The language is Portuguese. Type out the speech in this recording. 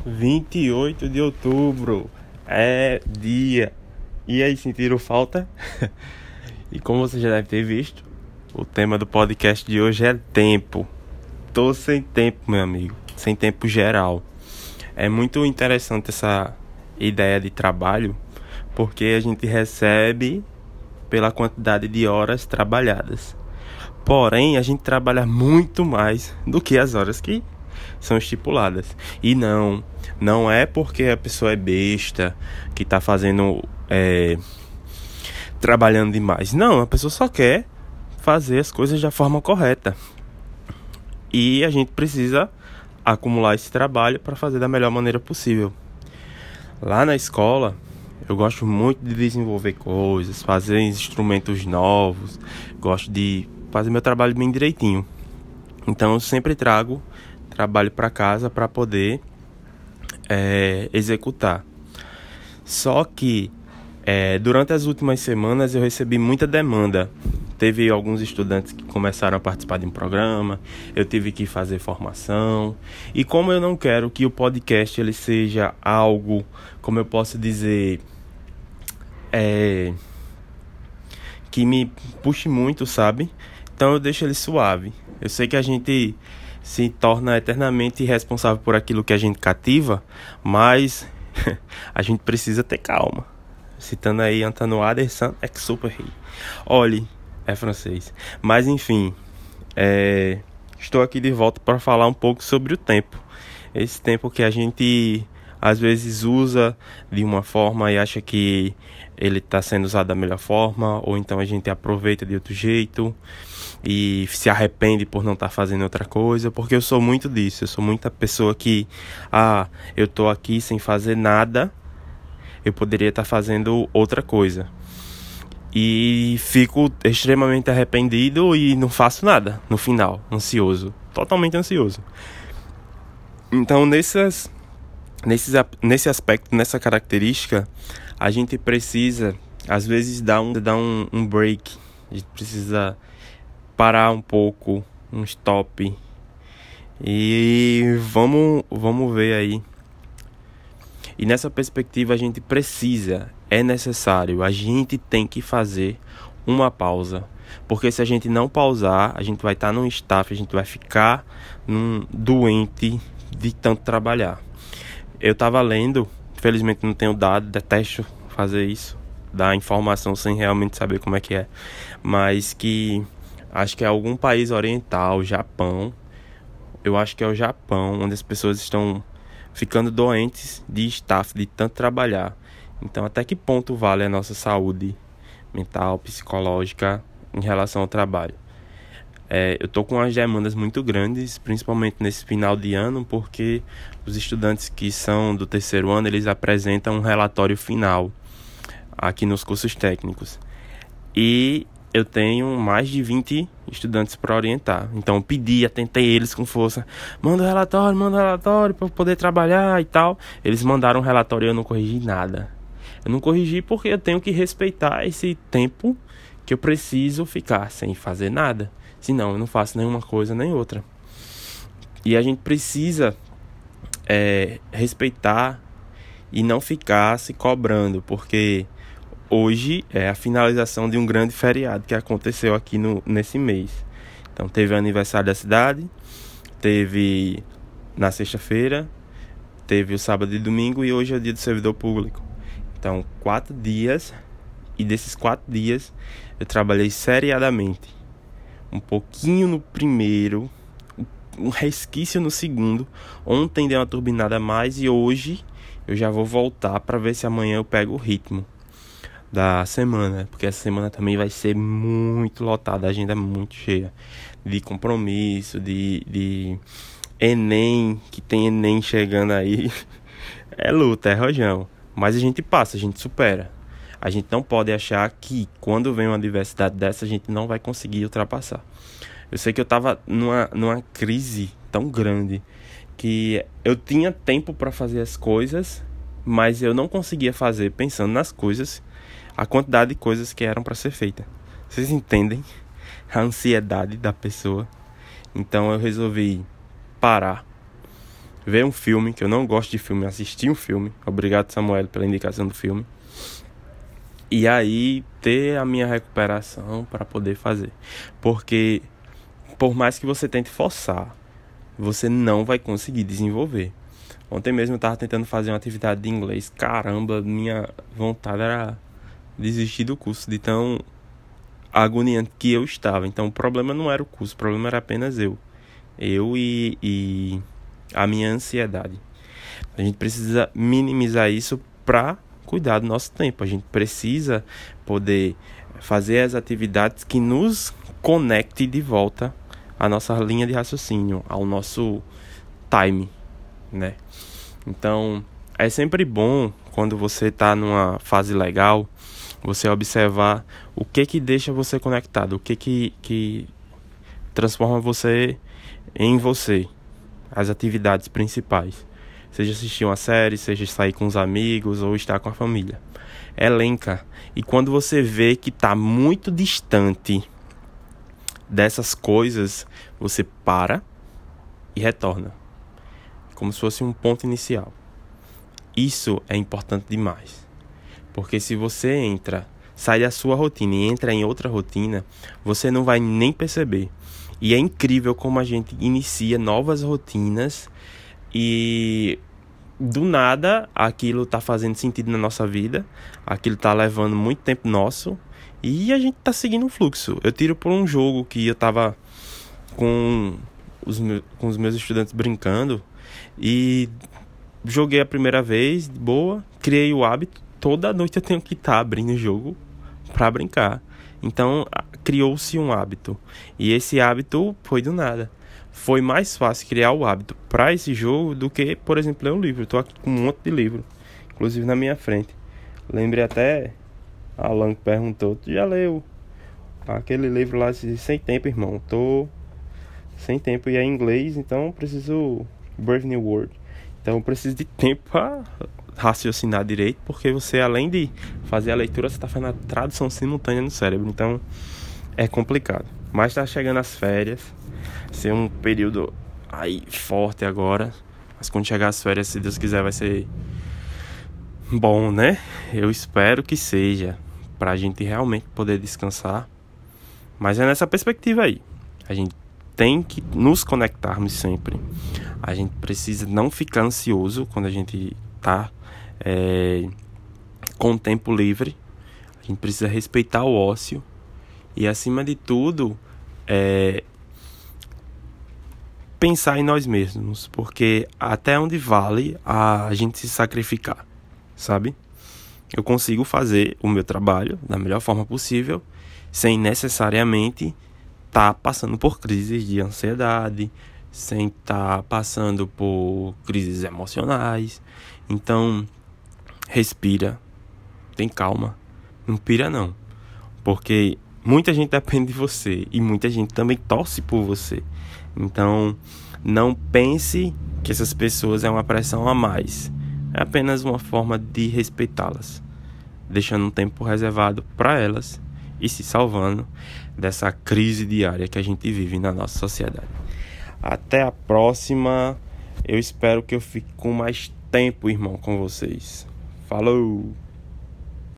28 de outubro é dia. E aí, sentiram falta? E como você já deve ter visto, o tema do podcast de hoje é tempo. Tô sem tempo, meu amigo. Sem tempo geral. É muito interessante essa ideia de trabalho, porque a gente recebe pela quantidade de horas trabalhadas. Porém, a gente trabalha muito mais do que as horas que são estipuladas. E não é porque a pessoa é besta, que tá fazendo, trabalhando demais. Não, a pessoa só quer fazer as coisas da forma correta. E a gente precisa acumular esse trabalho para fazer da melhor maneira possível. Lá na escola, eu gosto muito de desenvolver coisas, fazer instrumentos novos, gosto de fazer meu trabalho bem direitinho. Então eu sempre trago trabalho para casa para poder executar. Só que durante as últimas semanas eu recebi muita demanda. Teve alguns estudantes que começaram a participar de um programa, eu tive que fazer formação. E como eu não quero que o podcast ele seja algo, como eu posso dizer, que me puxe muito, sabe? Então eu deixo ele suave. Eu sei que a gente se torna eternamente responsável por aquilo que a gente cativa, mas a gente precisa ter calma. Citando aí Antoine de Saint-Exupéry. Olhe, é francês. Mas enfim, estou aqui de volta para falar um pouco sobre o tempo. Esse tempo que a gente às vezes usa de uma forma e acha que ele está sendo usado da melhor forma, ou então a gente aproveita de outro jeito e se arrepende por não estar fazendo outra coisa, porque eu sou muito disso. Eu sou muita pessoa que, eu tô aqui sem fazer nada, eu poderia estar fazendo outra coisa. E fico extremamente arrependido e não faço nada no final, ansioso, totalmente ansioso. Então nesse aspecto, nessa característica, a gente precisa às vezes dar um break. A gente precisa parar um pouco, um stop. E vamos ver aí. E nessa perspectiva a gente é necessário, a gente tem que fazer uma pausa. Porque se a gente não pausar, a gente vai estar num staff, a gente vai ficar doente de tanto trabalhar. Eu estava lendo, infelizmente não tenho dado, detesto fazer isso, dar informação sem realmente saber como é que é. Mas que acho que é algum país oriental, Japão, eu acho que é o Japão, onde as pessoas estão ficando doentes de staff, de tanto trabalhar. Então, até que ponto vale a nossa saúde mental, psicológica em relação ao trabalho? Eu tô com umas demandas muito grandes, principalmente nesse final de ano, porque os estudantes que são do terceiro ano, eles apresentam um relatório final aqui nos cursos técnicos. E eu tenho mais de 20 estudantes para orientar. Então eu atentei eles com força. Manda relatório para poder trabalhar e tal. Eles mandaram um relatório e eu não corrigi nada. Eu não corrigi porque eu tenho que respeitar esse tempo que eu preciso ficar sem fazer nada. Senão eu não faço nenhuma coisa nem outra. E a gente precisa respeitar e não ficar se cobrando, porque hoje é a finalização de um grande feriado que aconteceu aqui nesse mês. Então teve o aniversário da cidade, teve na sexta-feira, teve o sábado e domingo e hoje é o dia do servidor público. Então 4 dias, e desses 4 dias eu trabalhei seriadamente. Um pouquinho no primeiro, um resquício no segundo. Ontem deu uma turbinada a mais e hoje eu já vou voltar para ver se amanhã eu pego o ritmo da semana, porque essa semana também vai ser muito lotada, a agenda é muito cheia de compromisso, de Enem, que tem Enem chegando aí. É luta, é rojão, mas a gente passa, a gente supera. A gente não pode achar que quando vem uma adversidade dessa a gente não vai conseguir ultrapassar. Eu sei que eu tava numa crise tão grande que eu tinha tempo para fazer as coisas, mas eu não conseguia fazer pensando nas coisas, a quantidade de coisas que eram para ser feita. Vocês entendem a ansiedade da pessoa? Então eu resolvi parar, ver um filme, que eu não gosto de filme, assistir um filme. Obrigado, Samuel, pela indicação do filme. E aí ter a minha recuperação para poder fazer. Porque por mais que você tente forçar, você não vai conseguir desenvolver. Ontem mesmo eu estava tentando fazer uma atividade de inglês. Caramba, minha vontade era desistir do curso, de tão agoniante que eu estava. Então o problema não era o curso, o problema era apenas eu. E a minha ansiedade. A gente precisa minimizar isso para cuidar do nosso tempo. A gente precisa poder fazer as atividades que nos conectem de volta à nossa linha de raciocínio, ao nosso time, né? Então, é sempre bom quando você está numa fase legal, você observar o que deixa você conectado, o que transforma você em você, as atividades principais. Seja assistir uma série, seja sair com os amigos ou estar com a família. Elenca. E quando você vê que está muito distante dessas coisas, você para e retorna. Como se fosse um ponto inicial. Isso é importante demais. Porque se você sai da sua rotina e entra em outra rotina, você não vai nem perceber. E é incrível como a gente inicia novas rotinas e do nada aquilo tá fazendo sentido na nossa vida, aquilo tá levando muito tempo nosso e a gente tá seguindo um fluxo. Eu tiro por um jogo que eu tava com os meus estudantes brincando e joguei a primeira vez, de boa, criei o hábito, toda noite eu tenho que estar abrindo o jogo pra brincar. Então criou-se um hábito e esse hábito foi do nada. Foi mais fácil criar o hábito para esse jogo do que, por exemplo, ler um livro. Eu tô aqui com um monte de livro, inclusive na minha frente. Lembrei até, Alan que perguntou, tu já leu aquele livro lá, Sem Tempo, irmão? Tô sem tempo e é em inglês, então preciso Brave New World. Então eu preciso de tempo para raciocinar direito, porque você, além de fazer a leitura, você tá fazendo a tradução simultânea no cérebro. Então é complicado. Mas tá chegando as férias. Ser um período aí forte agora, mas quando chegar as férias, se Deus quiser, vai ser bom, né? Eu espero que seja, pra gente realmente poder descansar. Mas é nessa perspectiva aí. A gente tem que nos conectarmos sempre. A gente precisa não ficar ansioso quando a gente tá com tempo livre. A gente precisa respeitar o ócio e, acima de tudo, pensar em nós mesmos, porque até onde vale a gente se sacrificar, sabe? Eu consigo fazer o meu trabalho da melhor forma possível, sem necessariamente estar passando por crises de ansiedade, sem estar passando por crises emocionais. Então, respira, tem calma, não pira não, porque muita gente depende de você e muita gente também torce por você. Então, não pense que essas pessoas é uma pressão a mais. É apenas uma forma de respeitá-las, deixando um tempo reservado para elas e se salvando dessa crise diária que a gente vive na nossa sociedade. Até a próxima. Eu espero que eu fique com mais tempo, irmão, com vocês. Falou!